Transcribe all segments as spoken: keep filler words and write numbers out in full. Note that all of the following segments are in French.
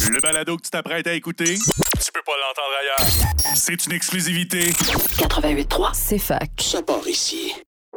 Le balado que tu t'apprêtes à écouter, tu peux pas l'entendre ailleurs. C'est une exclusivité. quatre-vingt-huit trois, c'est fac. Ça part ici.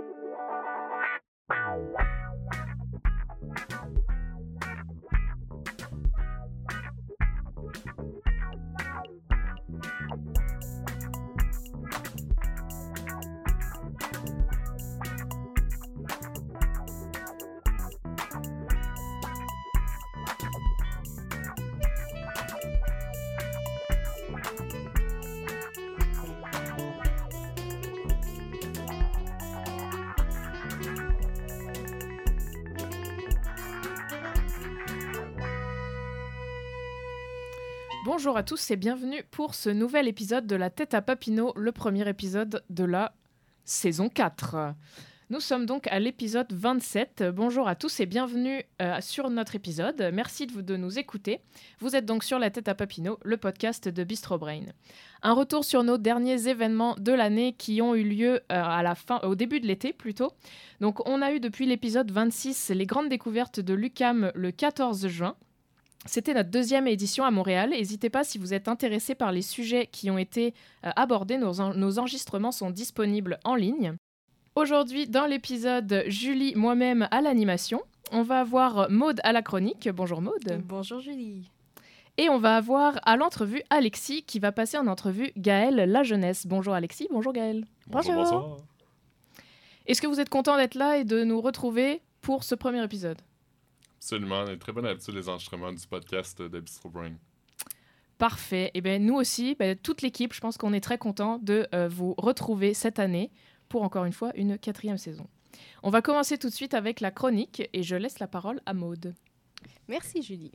Bonjour à tous et bienvenue pour ce nouvel épisode de La Tête à Papineau, le premier épisode de la saison quatre. Nous sommes donc à l'épisode vingt-sept. Bonjour à tous et bienvenue euh, sur notre épisode. Merci de, vous, de nous écouter. Vous êtes donc sur La Tête à Papineau, le podcast de Bistro Brain. Un retour sur nos derniers événements de l'année qui ont eu lieu euh, à la fin, au début de l'été plutôt. Donc on a eu depuis l'épisode vingt-six les grandes découvertes de l'U Q A M le quatorze juin. C'était notre deuxième édition à Montréal. N'hésitez pas si vous êtes intéressé par les sujets qui ont été euh, abordés. Nos, en- nos enregistrements sont disponibles en ligne. Aujourd'hui, dans l'épisode, Julie, moi-même à l'animation. On va avoir Maude à la chronique. Bonjour Maude. Bonjour Julie. Et on va avoir à l'entrevue Alexis qui va passer en entrevue Gaëlle La Jeunesse. Bonjour Alexis, bonjour Gaëlle. Bonjour, bonsoir. Est-ce que vous êtes content d'être là et de nous retrouver pour ce premier épisode ? Absolument, on a une très bonne habitude des enregistrements du podcast de Bistro Brain. Parfait. Et bien nous aussi, ben, toute l'équipe, je pense qu'on est très content de euh, vous retrouver cette année pour encore une fois une quatrième saison. On va commencer tout de suite avec la chronique et je laisse la parole à Maude. Merci Julie.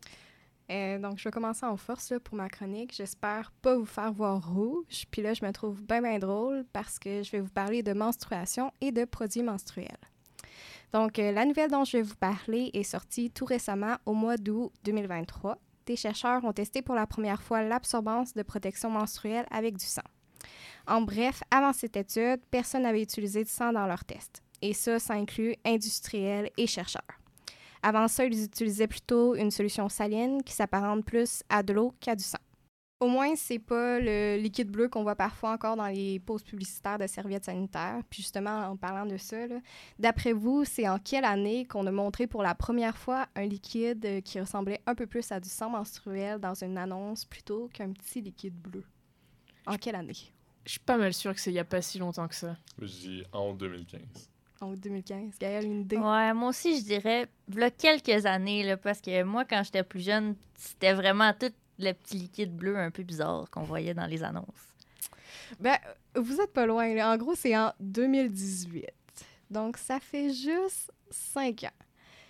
Euh, donc, je vais commencer en force là, pour ma chronique. J'espère pas vous faire voir rouge. Puis là, je me trouve bien, bien drôle parce que je vais vous parler de menstruation et de produits menstruels. Donc, euh, la nouvelle dont je vais vous parler est sortie tout récemment au mois d'août deux mille vingt-trois. Des chercheurs ont testé pour la première fois l'absorbance de protection menstruelle avec du sang. En bref, avant cette étude, personne n'avait utilisé du sang dans leur test. Et ça, ça inclut industriels et chercheurs. Avant ça, ils utilisaient plutôt une solution saline qui s'apparente plus à de l'eau qu'à du sang. Au moins, c'est pas le liquide bleu qu'on voit parfois encore dans les pauses publicitaires de serviettes sanitaires. Puis justement, en parlant de ça, là, d'après vous, c'est en quelle année qu'on a montré pour la première fois un liquide qui ressemblait un peu plus à du sang menstruel dans une annonce plutôt qu'un petit liquide bleu? En quelle année? Je suis pas mal sûre que c'est il y a pas si longtemps que ça. Je dis en deux mille quinze. En deux mille quinze. Gaëlle, une idée? Ouais, moi aussi, je dirais, v'là quelques années, là, parce que moi, quand j'étais plus jeune, c'était vraiment tout le petit liquide bleu un peu bizarre qu'on voyait dans les annonces. Ben, vous êtes pas loin, là. En gros, c'est en deux mille dix-huit. Donc, ça fait juste cinq ans.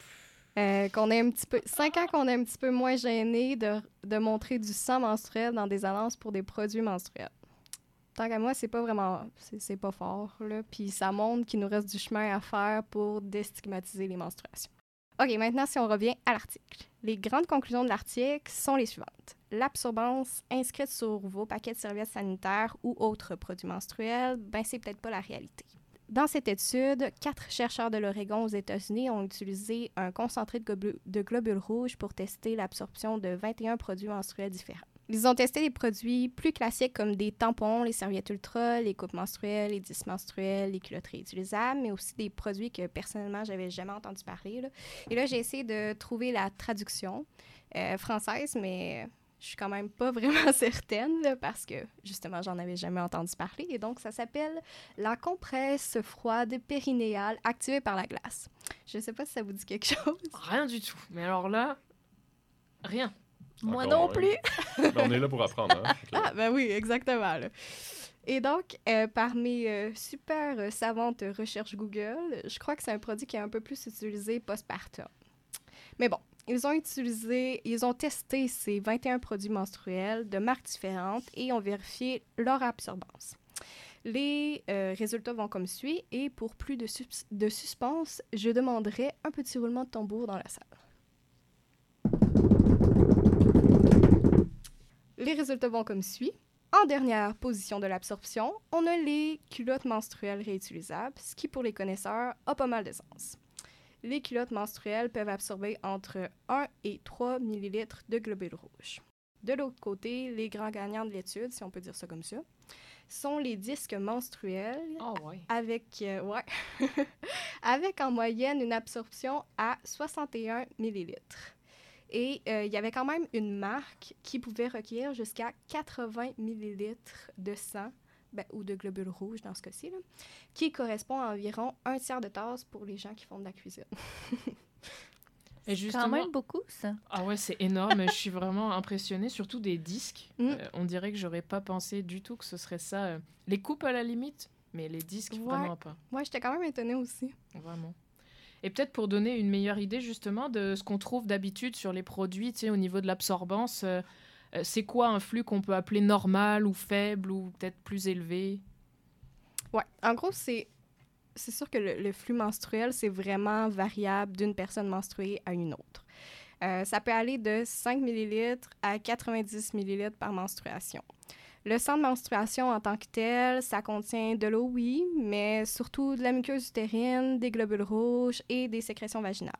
Euh, qu'on est un petit peu... Cinq ans qu'on est un petit peu moins gêné de, de montrer du sang menstruel dans des annonces pour des produits menstruels. Tant qu'à moi, c'est pas vraiment... C'est, c'est pas fort, là. Puis ça montre qu'il nous reste du chemin à faire pour déstigmatiser les menstruations. OK, maintenant, si on revient à l'article. Les grandes conclusions de l'article sont les suivantes. L'absorbance inscrite sur vos paquets de serviettes sanitaires ou autres produits menstruels, ben c'est peut-être pas la réalité. Dans cette étude, quatre chercheurs de l'Oregon aux États-Unis ont utilisé un concentré de, globu- de globules rouges pour tester l'absorption de vingt et un produits menstruels différents. Ils ont testé des produits plus classiques comme des tampons, les serviettes ultra, les coupes menstruelles, les disques menstruels, les culottes réutilisables, mais aussi des produits que personnellement, j'avais jamais entendu parler, là. Et là, j'ai essayé de trouver la traduction euh, française, mais je suis quand même pas vraiment certaine là, parce que, justement, j'en avais jamais entendu parler. Et donc, ça s'appelle la compresse froide périnéale activée par la glace. Je sais pas si ça vous dit quelque chose. Rien du tout. Mais alors là, rien. Moi Encore non moins. plus! Mais on est là pour apprendre, hein? Fait que- Ah, ben oui, exactement. Là. Et donc, euh, par mes euh, super euh, savantes recherches Google, je crois que c'est un produit qui est un peu plus utilisé postpartum. Mais bon, ils ont utilisé, ils ont testé ces vingt et un produits menstruels de marques différentes et ont vérifié leur absorbance. Les euh, résultats vont comme suit et pour plus de, sus- de suspense, je demanderai un petit roulement de tambour dans la salle. Les résultats vont comme suit. En dernière position de l'absorption, on a les culottes menstruelles réutilisables, ce qui, pour les connaisseurs, a pas mal de sens. les culottes menstruelles peuvent absorber entre un et trois millilitres de globules rouges. De l'autre côté, les grands gagnants de l'étude, si on peut dire ça comme ça, sont les disques menstruels Oh, ouais. avec, euh, ouais, avec en moyenne une absorption à soixante et un millilitres. Et euh, il y avait quand même une marque qui pouvait recueillir jusqu'à quatre-vingts millilitres de sang, ben, ou de globules rouges dans ce cas-ci, là, qui correspond à environ un tiers de tasse pour les gens qui font de la cuisine. Et Quand justement, même beaucoup, ça. ah ouais, c'est énorme. Je suis vraiment impressionnée, surtout des disques. Mm. Euh, on dirait que j'aurais pas pensé du tout que ce serait ça. euh, Les coupes à la limite, mais les disques, Ouais. vraiment pas. Moi, j'étais quand même étonnée aussi. Vraiment. Et peut-être pour donner une meilleure idée justement de ce qu'on trouve d'habitude sur les produits, tu sais, au niveau de l'absorbance, euh, euh, c'est quoi un flux qu'on peut appeler normal ou faible ou peut-être plus élevé? Ouais, en gros, c'est c'est sûr que le, le flux menstruel, c'est vraiment variable d'une personne menstruée à une autre. Euh, ça peut aller de cinq millilitres à quatre-vingt-dix millilitres par menstruation. Le sang de menstruation en tant que tel, ça contient de l'eau, oui, mais surtout de la muqueuse utérine, des globules rouges et des sécrétions vaginales.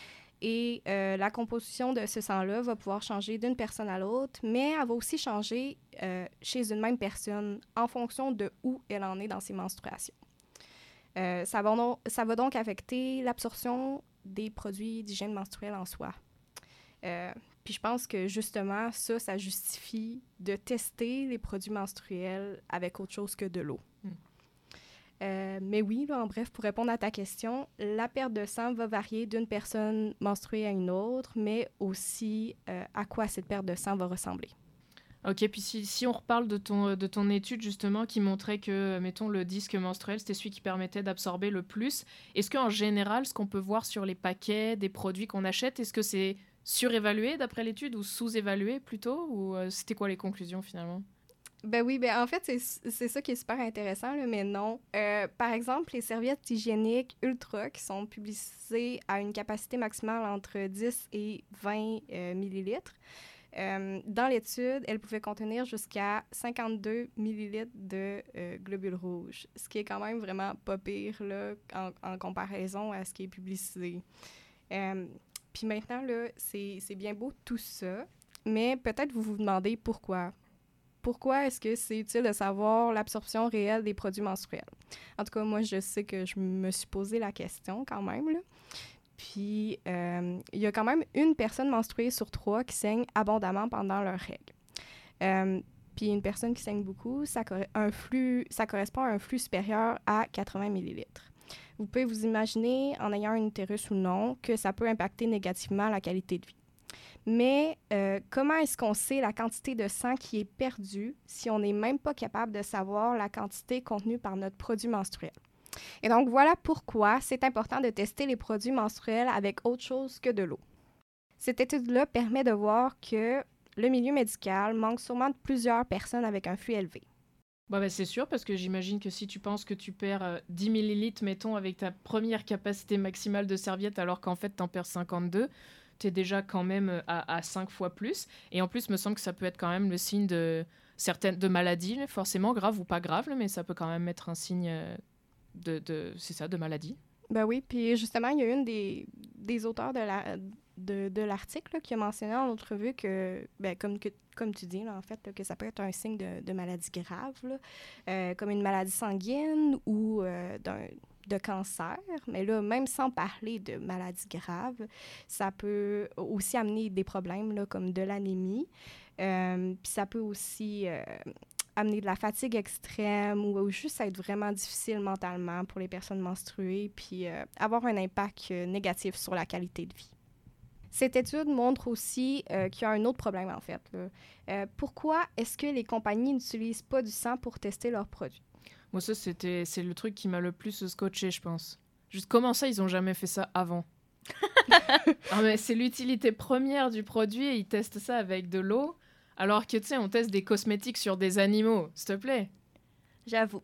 Et euh, la composition de ce sang-là va pouvoir changer d'une personne à l'autre, mais elle va aussi changer euh, chez une même personne en fonction de où elle en est dans ses menstruations. Euh, ça, va donc, ça va donc affecter l'absorption des produits d'hygiène menstruelle en soi. Euh, puis je pense que justement, ça, ça justifie de tester les produits menstruels avec autre chose que de l'eau. Mm. Euh, mais oui, là, en bref, pour répondre à ta question, la perte de sang va varier d'une personne menstruée à une autre, mais aussi euh, à quoi cette perte de sang va ressembler. Ok, puis si, si on reparle de ton, de ton étude justement qui montrait que, mettons, le disque menstruel, c'était celui qui permettait d'absorber le plus, est-ce qu'en général, ce qu'on peut voir sur les paquets des produits qu'on achète, est-ce que c'est surévalué d'après l'étude ou sous-évalué plutôt? Ou euh, c'était quoi les conclusions finalement? Ben oui, ben en fait, c'est, c'est ça qui est super intéressant, là, mais non. Euh, par exemple, les serviettes hygiéniques Ultra qui sont publicisées à une capacité maximale entre dix et vingt euh, millilitres, euh, dans l'étude, elles pouvaient contenir jusqu'à cinquante-deux millilitres de euh, globules rouges, ce qui est quand même vraiment pas pire là, en, en comparaison à ce qui est publicisé. Euh, Puis maintenant, là, c'est, c'est bien beau tout ça, mais peut-être vous vous demandez pourquoi. Pourquoi est-ce que c'est utile de savoir l'absorption réelle des produits menstruels? En tout cas, moi, je sais que je me suis posé la question quand même, là. Puis, euh, il y a quand même une personne menstruée sur trois qui saigne abondamment pendant leurs règles. Euh, puis, une personne qui saigne beaucoup, ça, cor- un flux, ça correspond à un flux supérieur à quatre-vingts millilitres. Vous pouvez vous imaginer, en ayant un utérus ou non, que ça peut impacter négativement la qualité de vie. Mais euh, comment est-ce qu'on sait la quantité de sang qui est perdue si on n'est même pas capable de savoir la quantité contenue par notre produit menstruel? Et donc, voilà pourquoi c'est important de tester les produits menstruels avec autre chose que de l'eau. Cette étude-là permet de voir que le milieu médical manque sûrement de plusieurs personnes avec un flux élevé. Bah, bah c'est sûr, parce que j'imagine que si tu penses que tu perds euh, dix millilitres, mettons, avec ta première capacité maximale de serviette, alors qu'en fait, t'en perds cinquante-deux, t'es déjà quand même à, à cinq fois plus. Et en plus, me semble que ça peut être quand même le signe de certaines de maladies, forcément graves ou pas graves, mais ça peut quand même être un signe de, de c'est ça, de maladie. Ben oui, puis justement, il y a une des, des auteurs de, la, de, de l'article là, qui a mentionné en entrevue que, ben, comme, que, comme tu dis, là, en fait, là, que ça peut être un signe de, de maladie grave, là, euh, comme une maladie sanguine ou euh, d'un, de cancer. Mais là, même sans parler de maladie grave, ça peut aussi amener des problèmes là, comme de l'anémie. Euh, puis ça peut aussi... Euh, amener de la fatigue extrême ou, ou juste être vraiment difficile mentalement pour les personnes menstruées, puis euh, avoir un impact euh, négatif sur la qualité de vie. Cette étude montre aussi euh, qu'il y a un autre problème, en fait. Là. Euh, pourquoi est-ce que les compagnies n'utilisent pas du sang pour tester leurs produits? Moi, ça, c'était, c'est le truc qui m'a le plus scotché, je pense. Juste comment ça, ils n'ont jamais fait ça avant? Ah, mais c'est l'utilité première du produit et ils testent ça avec de l'eau. Alors que, tu sais, on teste des cosmétiques sur des animaux, s'il te plaît. J'avoue.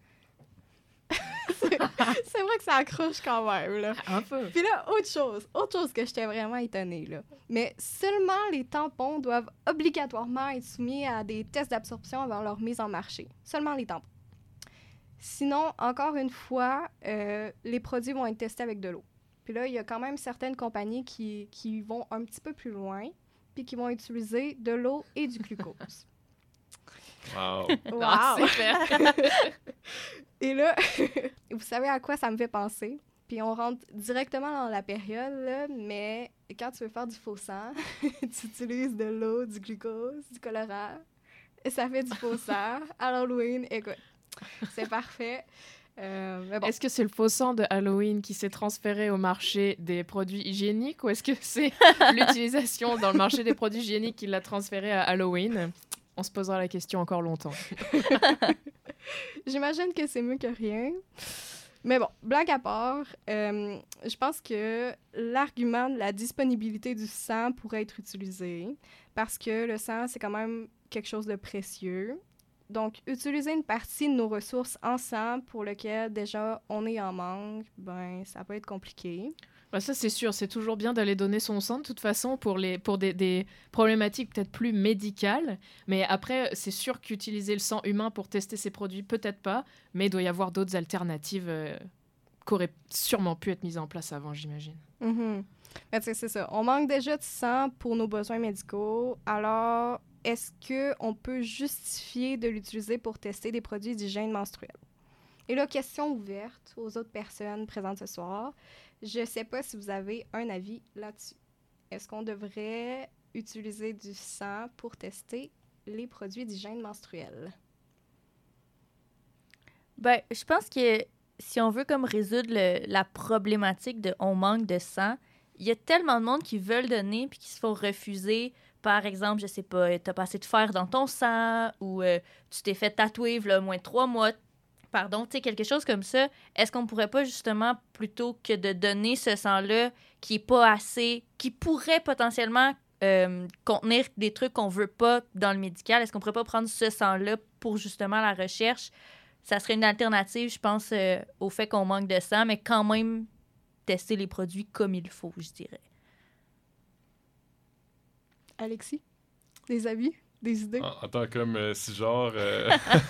c'est, c'est vrai que ça accroche quand même, là. Un peu. Puis là, autre chose, autre chose que j'étais vraiment étonnée, là. Mais seulement les tampons doivent obligatoirement être soumis à des tests d'absorption avant leur mise en marché. Seulement les tampons. Sinon, encore une fois, euh, les produits vont être testés avec de l'eau. Puis là, il y a quand même certaines compagnies qui, qui vont un petit peu plus loin, puis qui vont utiliser de l'eau et du glucose. Wow. Ah, Wow! super. Et là, vous savez à quoi ça me fait penser? Puis on rentre directement dans la période, là, mais quand tu veux faire du faux sang, tu utilises de l'eau, du glucose, du colorant, et ça fait du faux sang. À l'Halloween, écoute, c'est parfait. Euh, mais bon. Est-ce que c'est le faux sang de Halloween qui s'est transféré au marché des produits hygiéniques ou est-ce que c'est l'utilisation dans le marché des produits hygiéniques qui l'a transféré à Halloween? On se posera la question encore longtemps. J'imagine que c'est mieux que rien. Mais bon, blague à part, euh, je pense que l'argument de la disponibilité du sang pourrait être utilisé parce que le sang, c'est quand même quelque chose de précieux. Donc, utiliser une partie de nos ressources en sang pour lequel déjà on est en manque, ben ça peut être compliqué. Bah ça, c'est sûr. C'est toujours bien d'aller donner son sang, de toute façon, pour, les, pour des, des problématiques peut-être plus médicales. Mais après, c'est sûr qu'utiliser le sang humain pour tester ces produits, peut-être pas. Mais il doit y avoir d'autres alternatives euh, qui auraient sûrement pu être mises en place avant, j'imagine. Mm-hmm. Ben, tu sais, c'est ça. On manque déjà de sang pour nos besoins médicaux. Alors, est-ce qu'on peut justifier de l'utiliser pour tester des produits d'hygiène menstruelle? Et là, question ouverte aux autres personnes présentes ce soir. Je ne sais pas si vous avez un avis là-dessus. Est-ce qu'on devrait utiliser du sang pour tester les produits d'hygiène menstruelle? Ben, je pense que si on veut comme résoudre le- la problématique de on manque de sang, il y a tellement de monde qui veulent donner puis qui se font refuser. Par exemple, je sais pas, t'as pas assez de fer dans ton sang ou euh, tu t'es fait tatouer il y a moins de trois mois. Pardon, tu sais, quelque chose comme ça. Est-ce qu'on pourrait pas justement, plutôt que de donner ce sang-là qui est pas assez, qui pourrait potentiellement euh, contenir des trucs qu'on veut pas dans le médical, est-ce qu'on pourrait pas prendre ce sang-là pour justement la recherche? Ça serait une alternative, je pense, euh, au fait qu'on manque de sang, mais quand même tester les produits comme il faut, je dirais. Alexis, des avis, des idées? En, en tant comme euh, si genre, euh,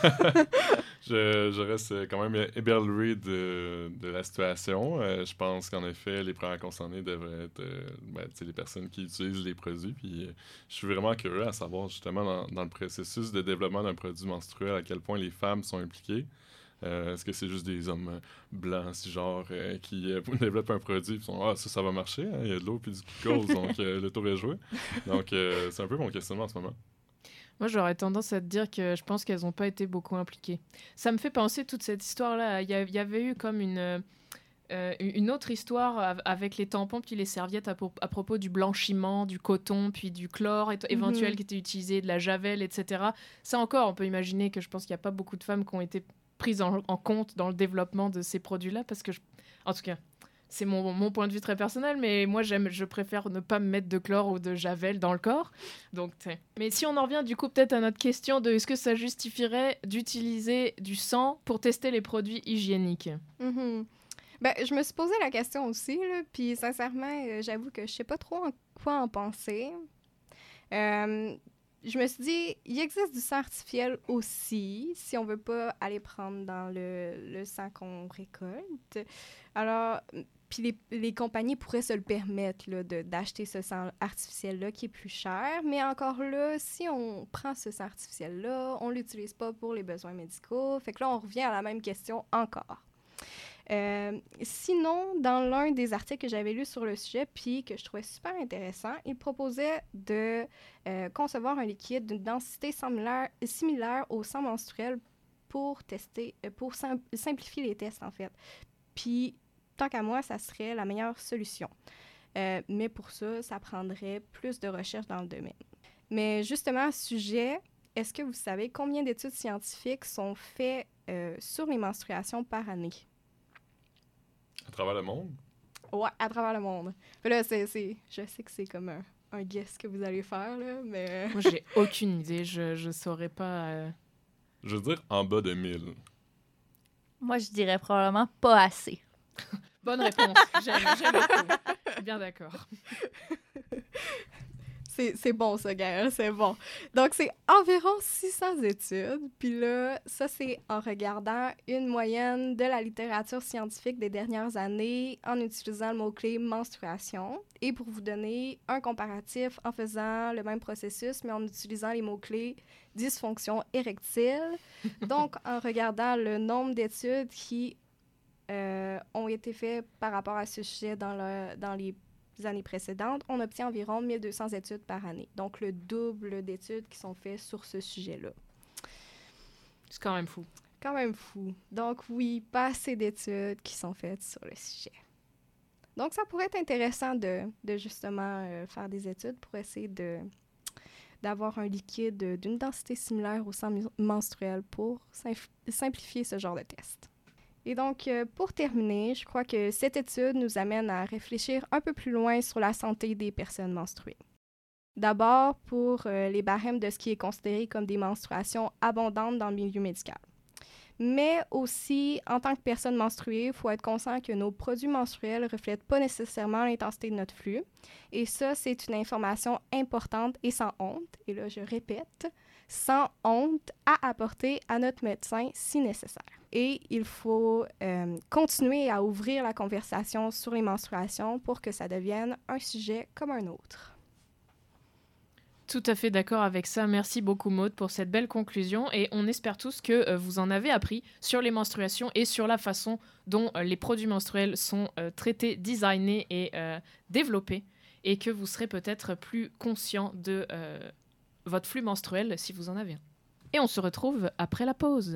je, je reste quand même éberlué de, de la situation. Euh, je pense qu'en effet, les premiers concernés devraient être euh, ben, les personnes qui utilisent les produits. Puis, euh, je suis vraiment curieux à savoir justement dans, dans le processus de développement d'un produit menstruel à quel point les femmes sont impliquées. Euh, est-ce que c'est juste des hommes blancs, si genre, euh, qui euh, développent un produit et sont ah, ça, ça va marcher, hein? Il y a de l'eau puis du glucose, donc euh, le tour est joué. Donc, euh, c'est un peu mon questionnement en ce moment. Moi, j'aurais tendance à te dire que je pense qu'elles n'ont pas été beaucoup impliquées. Ça me fait penser toute cette histoire-là. Il y, a, il y avait eu comme une, euh, une autre histoire avec les tampons puis les serviettes à, pro- à propos du blanchiment, du coton, puis du chlore et- mm-hmm. éventuel qui était utilisé, de la javel, et cetera. Ça encore, on peut imaginer que je pense qu'il n'y a pas beaucoup de femmes qui ont été prises en, en compte dans le développement de ces produits-là, parce que, je, en tout cas, c'est mon, mon point de vue très personnel, mais moi, j'aime, je préfère ne pas me mettre de chlore ou de javel dans le corps. Donc, t'sais. Mais si on en revient du coup peut-être à notre question de est-ce que ça justifierait d'utiliser du sang pour tester les produits hygiéniques? Mm-hmm. Ben, je me suis posé la question aussi, là, puis sincèrement, euh, j'avoue que je sais pas trop en quoi en penser. Euh, je me suis dit, il existe du sang artificiel aussi, si on veut pas aller prendre dans le, le sang qu'on récolte. Alors, puis les, les compagnies pourraient se le permettre là, de, d'acheter ce sang artificiel-là qui est plus cher. Mais encore là, si on prend ce sang artificiel-là, on l'utilise pas pour les besoins médicaux. Fait que là, on revient à la même question encore. Euh, sinon, dans l'un des articles que j'avais lus sur le sujet, puis que je trouvais super intéressant, il proposait de euh, concevoir un liquide d'une densité similaire, similaire au sang menstruel pour tester, euh, pour sim- simplifier les tests, en fait. Puis, tant qu'à moi, ça serait la meilleure solution. Euh, mais pour ça, ça prendrait plus de recherche dans le domaine. Mais justement, à ce sujet, est-ce que vous savez combien d'études scientifiques sont faites euh, sur les menstruations par année? À travers le monde? Ouais, à travers le monde. Mais là, c'est, c'est, je sais que c'est comme un, un guess que vous allez faire, là, mais... Moi, j'ai aucune idée. Je je saurais pas... Euh... Je veux dire en bas de mille. Moi, je dirais probablement pas assez. Bonne réponse. J'aime, j'aime beaucoup. Bien d'accord. C'est, c'est bon, ça, Gaël, c'est bon. Donc, c'est environ six cents études. Puis là, ça, c'est en regardant une moyenne de la littérature scientifique des dernières années en utilisant le mot-clé menstruation. Et pour vous donner un comparatif en faisant le même processus, mais en utilisant les mots-clés dysfonction érectile. Donc, en regardant le nombre d'études qui euh, ont été faites par rapport à ce sujet dans, le, dans les années précédentes, on obtient environ mille deux cents études par année. Donc, le double d'études qui sont faites sur ce sujet-là. C'est quand même fou. Quand même fou. Donc, oui, pas assez d'études qui sont faites sur le sujet. Donc, ça pourrait être intéressant de, de justement euh, faire des études pour essayer de, d'avoir un liquide d'une densité similaire au sang menstruel pour simf- simplifier ce genre de test. Et donc, euh, pour terminer, je crois que cette étude nous amène à réfléchir un peu plus loin sur la santé des personnes menstruées. D'abord, pour euh, les barèmes de ce qui est considéré comme des menstruations abondantes dans le milieu médical. Mais aussi, en tant que personne menstruée, il faut être conscient que nos produits menstruels ne reflètent pas nécessairement l'intensité de notre flux. Et ça, c'est une information importante et sans honte, et là, je répète, sans honte à apporter à notre médecin si nécessaire. Et il faut euh, continuer à ouvrir la conversation sur les menstruations pour que ça devienne un sujet comme un autre. Tout à fait d'accord avec ça. Merci beaucoup, Maude, pour cette belle conclusion. Et on espère tous que euh, vous en avez appris sur les menstruations et sur la façon dont euh, les produits menstruels sont euh, traités, designés et euh, développés. Et que vous serez peut-être plus conscient de euh, votre flux menstruel si vous en avez un. Et on se retrouve après la pause.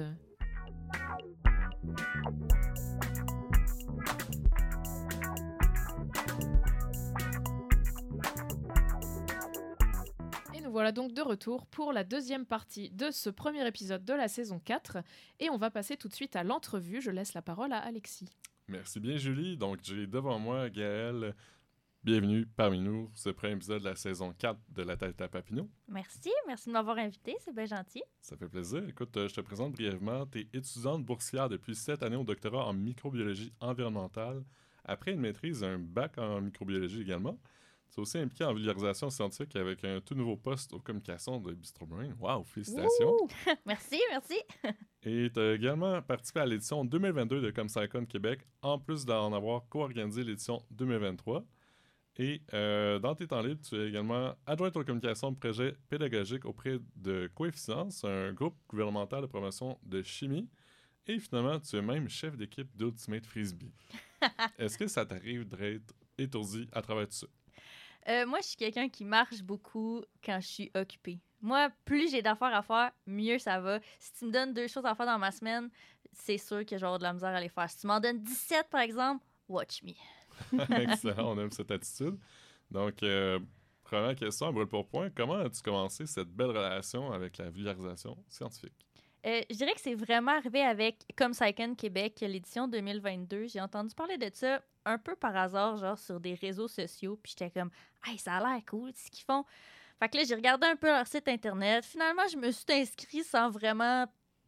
Voilà donc de retour pour la deuxième partie de ce premier épisode de la saison quatre. Et on va passer tout de suite à l'entrevue. Je laisse la parole à Alexis. Merci bien, Julie. Donc, j'ai devant moi Gaëlle. Bienvenue parmi nous, ce premier épisode de la saison quatre de La Tête à Papineau. Merci, merci de m'avoir invité, c'est bien gentil. Ça fait plaisir. Écoute, euh, je te présente brièvement. Tu es étudiante boursière depuis sept années au doctorat en microbiologie environnementale, après une maîtrise et un bac en microbiologie également. Tu es aussi impliqué en vulgarisation scientifique avec un tout nouveau poste aux communications de Bistrobrain. Wow, félicitations! Ouh! Merci, merci! Et tu as également participé à l'édition deux mille vingt-deux de ComSciCon Québec, en plus d'en avoir co-organisé l'édition deux mille vingt-trois. Et euh, dans tes temps libres, tu es également adjointe aux communications de projets pédagogiques auprès de Coefficience, un groupe gouvernemental de promotion de chimie. Et finalement, tu es même chef d'équipe d'Ultimate Frisbee. Est-ce que ça t'arrive d'être étourdi à travers tout ça? Euh, moi, je suis quelqu'un qui marche beaucoup quand je suis occupée. Moi, plus j'ai d'affaires à faire, mieux ça va. Si tu me donnes deux choses à faire dans ma semaine, c'est sûr que j'aurai de la misère à les faire. Si tu m'en donnes dix-sept, par exemple, watch me. Excellent, on aime cette attitude. Donc, euh, première question, à brûle pour point, comment as-tu commencé cette belle relation avec la vulgarisation scientifique? Euh, je dirais que c'est vraiment arrivé avec ComSciCon Québec, l'édition deux mille vingt-deux. J'ai entendu parler de ça un peu par hasard, genre sur des réseaux sociaux, puis j'étais comme « Hey, ça a l'air cool, ce qu'ils font! » Fait que là, j'ai regardé un peu leur site Internet. Finalement, je me suis inscrite sans vraiment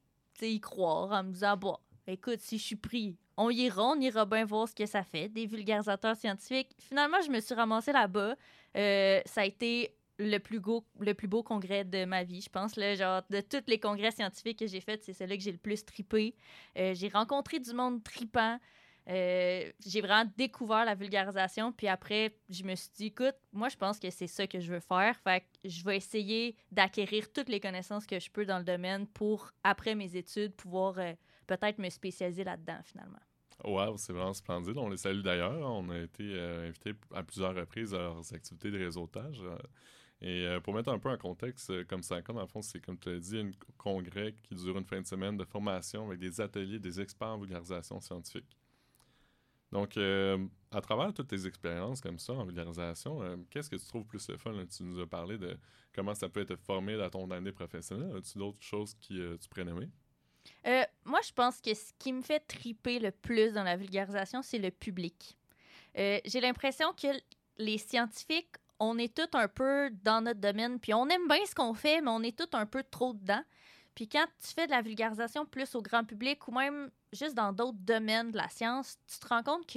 y croire, en me disant « Bon, écoute, si je suis pris, on ira, on ira bien voir ce que ça fait, des vulgarisateurs scientifiques. » Finalement, je me suis ramassée là-bas. Euh, ça a été le plus, beau, le plus beau congrès de ma vie, je pense. Là, genre, de tous les congrès scientifiques que j'ai faits, c'est celui que j'ai le plus trippé. Euh, j'ai rencontré du monde trippant. Euh, j'ai vraiment découvert la vulgarisation. Puis après, je me suis dit, écoute, moi, je pense que c'est ça que je veux faire. Fait que je vais essayer d'acquérir toutes les connaissances que je peux dans le domaine pour, après mes études, pouvoir euh, peut-être me spécialiser là-dedans, finalement. Wow, c'est vraiment splendide. On les salue d'ailleurs. On a été euh, invités à plusieurs reprises à leurs activités de réseautage. Euh, et euh, pour mettre un peu en contexte, euh, ComSciCon, dans le fond, c'est, comme tu l'as dit, un congrès qui dure une fin de semaine de formation avec des ateliers, des experts en vulgarisation scientifique. Donc, euh, à travers toutes tes expériences comme ça en vulgarisation, euh, qu'est-ce que tu trouves plus le fun? Là? Tu nous as parlé de comment ça peut être formé dans ton année professionnelle. As-tu d'autres choses que euh, tu pourrais nommer? Euh, moi, je pense que ce qui me fait triper le plus dans la vulgarisation, c'est le public. Euh, j'ai l'impression que les scientifiques, on est tous un peu dans notre domaine, puis on aime bien ce qu'on fait, mais on est tous un peu trop dedans. Puis quand tu fais de la vulgarisation plus au grand public ou même juste dans d'autres domaines de la science, tu te rends compte que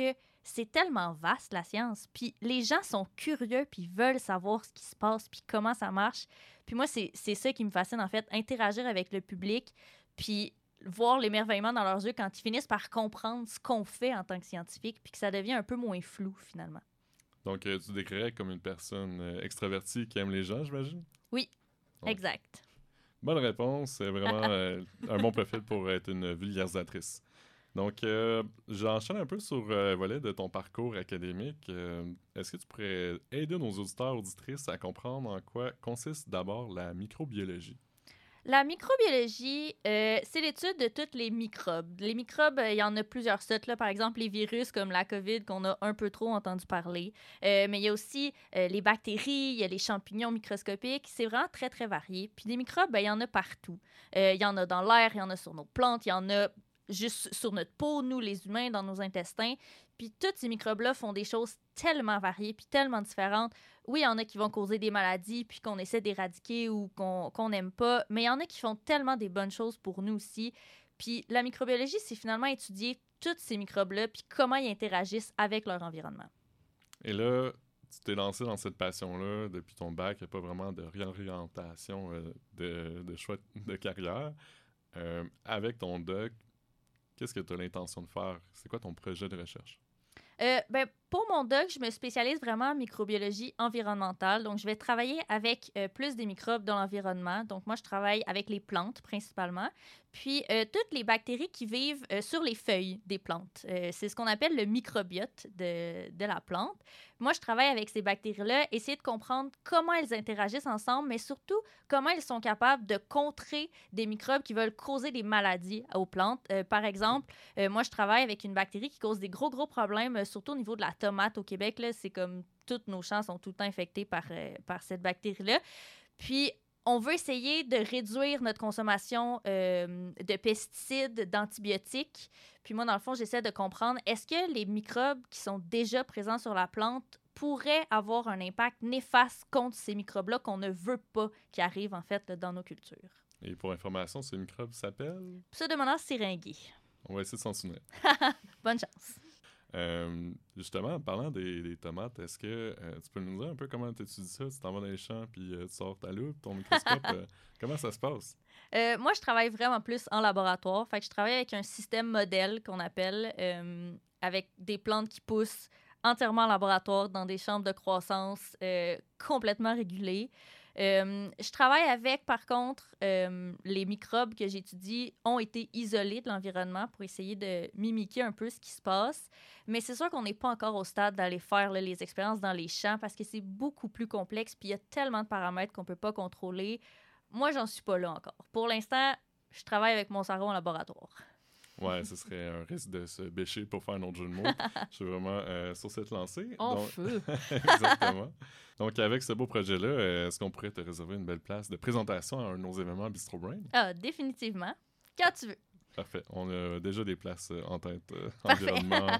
c'est tellement vaste, la science. Puis les gens sont curieux, puis veulent savoir ce qui se passe, puis comment ça marche. Puis moi, c'est, c'est ça qui me fascine, en fait, interagir avec le public, puis voir l'émerveillement dans leurs yeux quand ils finissent par comprendre ce qu'on fait en tant que scientifique, puis que ça devient un peu moins flou, finalement. Donc, euh, tu décrirais comme une personne euh, extravertie qui aime les gens, j'imagine? Oui, Donc, exact. bonne réponse. C'est vraiment euh, un bon profil pour être une vulgarisatrice. Donc, euh, j'enchaîne un peu sur euh, le volet de ton parcours académique. Euh, est-ce que tu pourrais aider nos auditeurs auditrices à comprendre en quoi consiste d'abord la microbiologie? La microbiologie, euh, c'est l'étude de tous les microbes. Les microbes, euh, il y en a plusieurs sortes. Là. Par exemple, les virus comme la COVID qu'on a un peu trop entendu parler. Euh, mais il y a aussi euh, les bactéries, il y a les champignons microscopiques. C'est vraiment très, très varié. Puis des microbes, ben, il y en a partout. Euh, il y en a dans l'air, il y en a sur nos plantes, il y en a juste sur notre peau, nous, les humains, dans nos intestins. Puis tous ces microbes-là font des choses tellement variées puis tellement différentes. Oui, il y en a qui vont causer des maladies puis qu'on essaie d'éradiquer ou qu'on qu'on n'aime pas, mais il y en a qui font tellement des bonnes choses pour nous aussi. Puis la microbiologie, c'est finalement étudier tous ces microbes-là puis comment ils interagissent avec leur environnement. Et là, tu t'es lancé dans cette passion-là depuis ton bac. Il n'y a pas vraiment de réorientation euh, de, de choix de carrière. Euh, avec ton doc, qu'est-ce que tu as l'intention de faire? C'est quoi ton projet de recherche? Euh, ben, pour mon doc, je me spécialise vraiment en microbiologie environnementale. Donc, je vais travailler avec euh, plus des microbes dans l'environnement. Donc, moi, je travaille avec les plantes principalement. Puis, euh, toutes les bactéries qui vivent euh, sur les feuilles des plantes. Euh, c'est ce qu'on appelle le microbiote de, de la plante. Moi, je travaille avec ces bactéries-là, essayer de comprendre comment elles interagissent ensemble, mais surtout comment elles sont capables de contrer des microbes qui veulent causer des maladies aux plantes. Euh, par exemple, euh, moi, je travaille avec une bactérie qui cause des gros, gros problèmes, euh, surtout au niveau de la tomate au Québec. Là, c'est comme tous nos champs sont tout le temps infectés par, euh, par cette bactérie-là. Puis, on veut essayer de réduire notre consommation euh, de pesticides, d'antibiotiques. Puis moi, dans le fond, j'essaie de comprendre, est-ce que les microbes qui sont déjà présents sur la plante pourraient avoir un impact néfaste contre ces microbes-là qu'on ne veut pas qui arrivent, en fait, là, dans nos cultures. Et pour information, ce microbe s'appelle? Pseudomonas syringae. On va essayer de s'en souvenir. Bonne chance. Euh, justement, en parlant des, des tomates, est-ce que euh, tu peux nous dire un peu comment tu étudies ça? Tu t'en vas dans les champs, puis euh, tu sors ta loupe, ton microscope. euh, comment ça se passe? Euh, moi, je travaille vraiment plus en laboratoire. Fait que je travaille avec un système modèle qu'on appelle, euh, avec des plantes qui poussent entièrement en laboratoire dans des chambres de croissance euh, complètement régulées. Euh, je travaille avec, par contre, euh, les microbes que j'étudie ont été isolés de l'environnement pour essayer de mimiquer un peu ce qui se passe. Mais c'est sûr qu'on n'est pas encore au stade d'aller faire là, les expériences dans les champs parce que c'est beaucoup plus complexe puis il y a tellement de paramètres qu'on ne peut pas contrôler. Moi, j'en suis pas là encore. Pour l'instant, je travaille avec mon cerveau en laboratoire. Ouais, ce serait un risque de se bêcher pour faire un autre jeu de mots. Je suis vraiment euh, sur cette lancée. En Donc... feu! Exactement. Donc, avec ce beau projet-là, euh, est-ce qu'on pourrait te réserver une belle place de présentation à un de nos événements Bistro Brain? Ah, définitivement. Quand tu veux. Parfait. On a déjà des places euh, en tête. Euh, Parfait. environnement,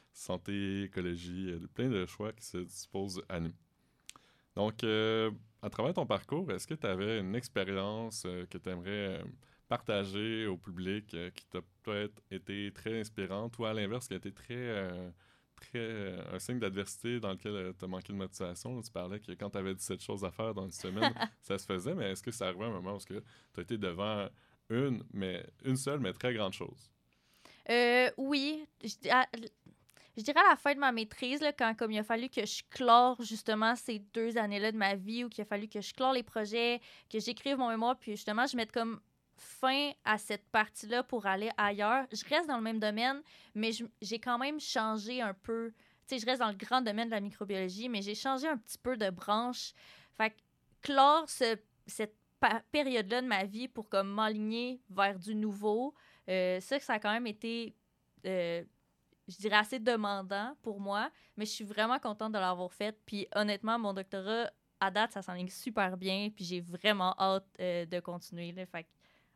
santé, écologie, euh, plein de choix qui se disposent à nous. Donc, euh, à travers ton parcours, est-ce que tu avais une expérience euh, que tu aimerais euh, partager au public euh, qui t'a peut-être été très inspirante ou à l'inverse qui a été très, euh, très euh, un signe d'adversité dans lequel euh, tu as manqué de motivation? Là, tu parlais que quand tu avais dix-sept choses à faire dans une semaine, ça se faisait, mais est-ce que ça arrivait à un moment où tu as été devant une, mais une seule, mais très grande chose? Euh, oui. Je, à, je dirais à la fin de ma maîtrise, là, quand comme il a fallu que je clore justement ces deux années-là de ma vie, ou qu'il a fallu que je clore les projets, que j'écrive mon mémoire, puis justement, je mette comme fin à cette partie-là pour aller ailleurs. Je reste dans le même domaine, mais je, j'ai quand même changé un peu. Tu sais, je reste dans le grand domaine de la microbiologie, mais j'ai changé un petit peu de branche. Fait que clore ce, cette pa- période-là de ma vie pour comme m'aligner vers du nouveau, euh, ça, ça a quand même été, euh, je dirais, assez demandant pour moi, mais je suis vraiment contente de l'avoir fait. Puis honnêtement, mon doctorat, à date, ça s'enligne super bien, puis j'ai vraiment hâte euh, de continuer. Là, fait que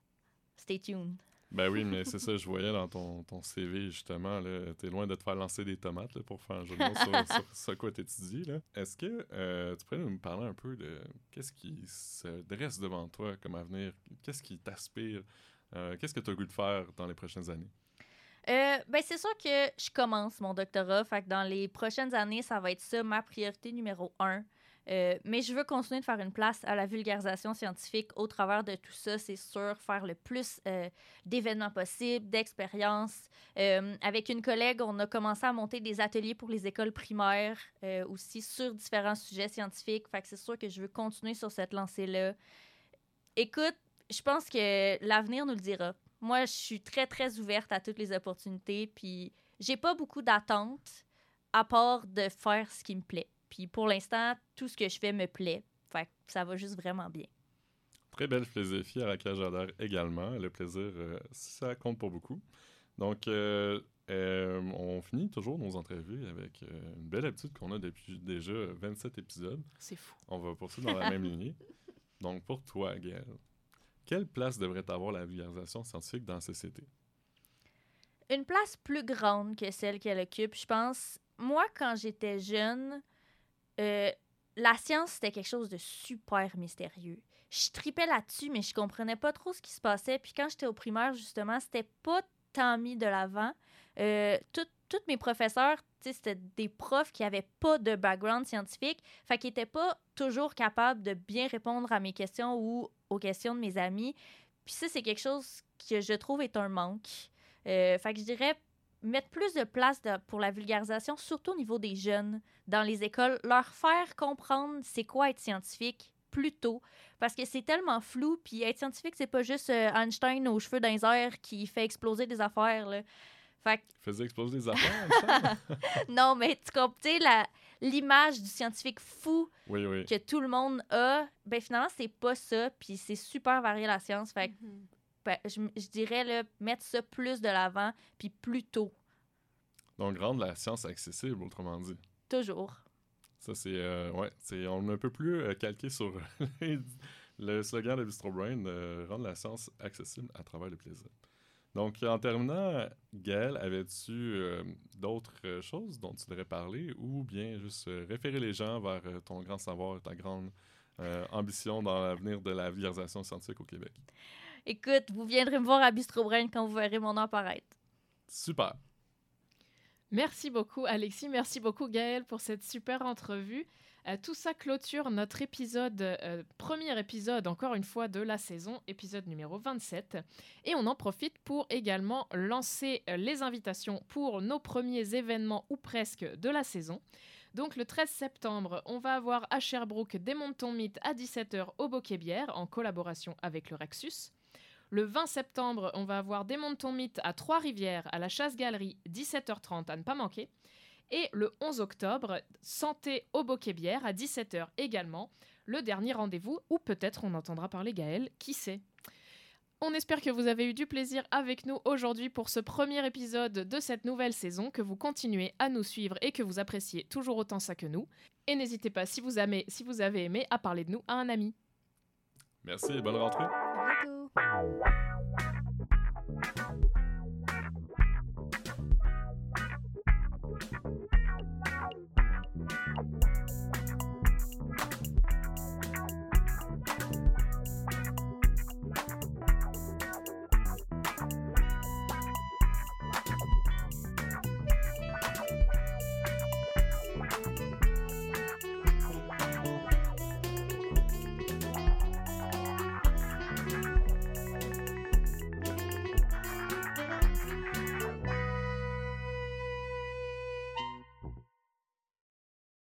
stay tuned. Ben oui, mais c'est ça, je voyais dans ton, ton C V, justement, là, t'es loin de te faire lancer des tomates là, pour faire un jeu de mots sur, sur, sur quoi t'étudies, là. Est-ce que euh, tu pourrais nous parler un peu de qu'est-ce qui se dresse devant toi comme avenir? Qu'est-ce qui t'aspire? Euh, qu'est-ce que tu as le goût de faire dans les prochaines années? Euh, ben, c'est sûr que je commence mon doctorat. Fait que dans les prochaines années, ça va être ça, ma priorité numéro un. Euh, mais je veux continuer de faire une place à la vulgarisation scientifique au travers de tout ça, c'est sûr, faire le plus euh, d'événements possibles, d'expériences. Euh, avec une collègue, on a commencé à monter des ateliers pour les écoles primaires euh, aussi sur différents sujets scientifiques. Fait que c'est sûr que je veux continuer sur cette lancée-là. Écoute, je pense que l'avenir nous le dira. Moi, je suis très, très ouverte à toutes les opportunités, puis j'ai pas beaucoup d'attentes à part de faire ce qui me plaît. Puis pour l'instant, tout ce que je fais me plaît. Fait que ça va juste vraiment bien. Très belle philosophie à laquelle j'adhère également. Le plaisir, euh, ça compte pour beaucoup. Donc, euh, euh, on finit toujours nos entrevues avec euh, une belle habitude qu'on a depuis déjà vingt-sept épisodes. C'est fou. On va poursuivre dans la même lignée. Donc, pour toi, Gaëlle, quelle place devrait avoir la vulgarisation scientifique dans la société? Une place plus grande que celle qu'elle occupe, je pense. Moi, quand j'étais jeune... Euh, la science, c'était quelque chose de super mystérieux. Je tripais là-dessus, mais je comprenais pas trop ce qui se passait. Puis quand j'étais au primaire, justement, c'était pas tant mis de l'avant. Euh, Tous mes professeurs, c'était des profs qui avaient pas de background scientifique, fait qu'ils étaient pas toujours capables de bien répondre à mes questions ou aux questions de mes amis. Puis ça, c'est quelque chose que je trouve est un manque. Euh, fait que je dirais mettre plus de place de, pour la vulgarisation, surtout au niveau des jeunes dans les écoles, leur faire comprendre c'est quoi être scientifique plus tôt, parce que c'est tellement flou, puis être scientifique, c'est pas juste euh, Einstein aux cheveux dans les airs qui fait exploser des affaires, là. Fait que... Faisait exploser des affaires, Einstein? Non, mais tu comprends, tu sais, la, l'image du scientifique fou oui, oui. que tout le monde a, ben finalement, c'est pas ça, puis c'est super varié la science, fait que Mhm. ben, je, je dirais, là, mettre ça plus de l'avant, puis plus tôt. Donc, rendre la science accessible, autrement dit. Toujours. Ça, c'est... Euh, ouais, c'est, on est un peu plus euh, calqué sur le slogan de BistroBrain, euh, rendre la science accessible à travers le plaisir. Donc, en terminant, Gaëlle, avais-tu euh, d'autres euh, choses dont tu voudrais parler ou bien juste euh, référer les gens vers euh, ton grand savoir et ta grande euh, ambition dans l'avenir de la vulgarisation scientifique au Québec? Écoute, vous viendrez me voir à BistroBrain quand vous verrez mon nom apparaître. Super! Merci beaucoup, Alexis. Merci beaucoup, Gaëlle, pour cette super entrevue. Euh, tout ça clôture notre épisode, euh, premier épisode, encore une fois, de la saison, épisode numéro vingt-sept. Et on en profite pour également lancer euh, les invitations pour nos premiers événements, ou presque, de la saison. Donc, le treize septembre, on va avoir à Sherbrooke Démonte ton mythe à dix-sept heures au Bocquet-Bière, en collaboration avec le Rexus. Le vingt septembre, on va avoir Démonte ton mythe à Trois-Rivières, à la Chasse-Galerie, dix-sept heures trente, à ne pas manquer. Et le onze octobre, Santé au Bocquet-Bière, à dix-sept heures également, le dernier rendez-vous, où peut-être on entendra parler Gaëlle, qui sait. On espère que vous avez eu du plaisir avec nous aujourd'hui pour ce premier épisode de cette nouvelle saison, que vous continuez à nous suivre et que vous appréciez toujours autant ça que nous. Et n'hésitez pas, si vous, aimez, si vous avez aimé, à parler de nous à un ami. Merci et bonne rentrée! À bientôt!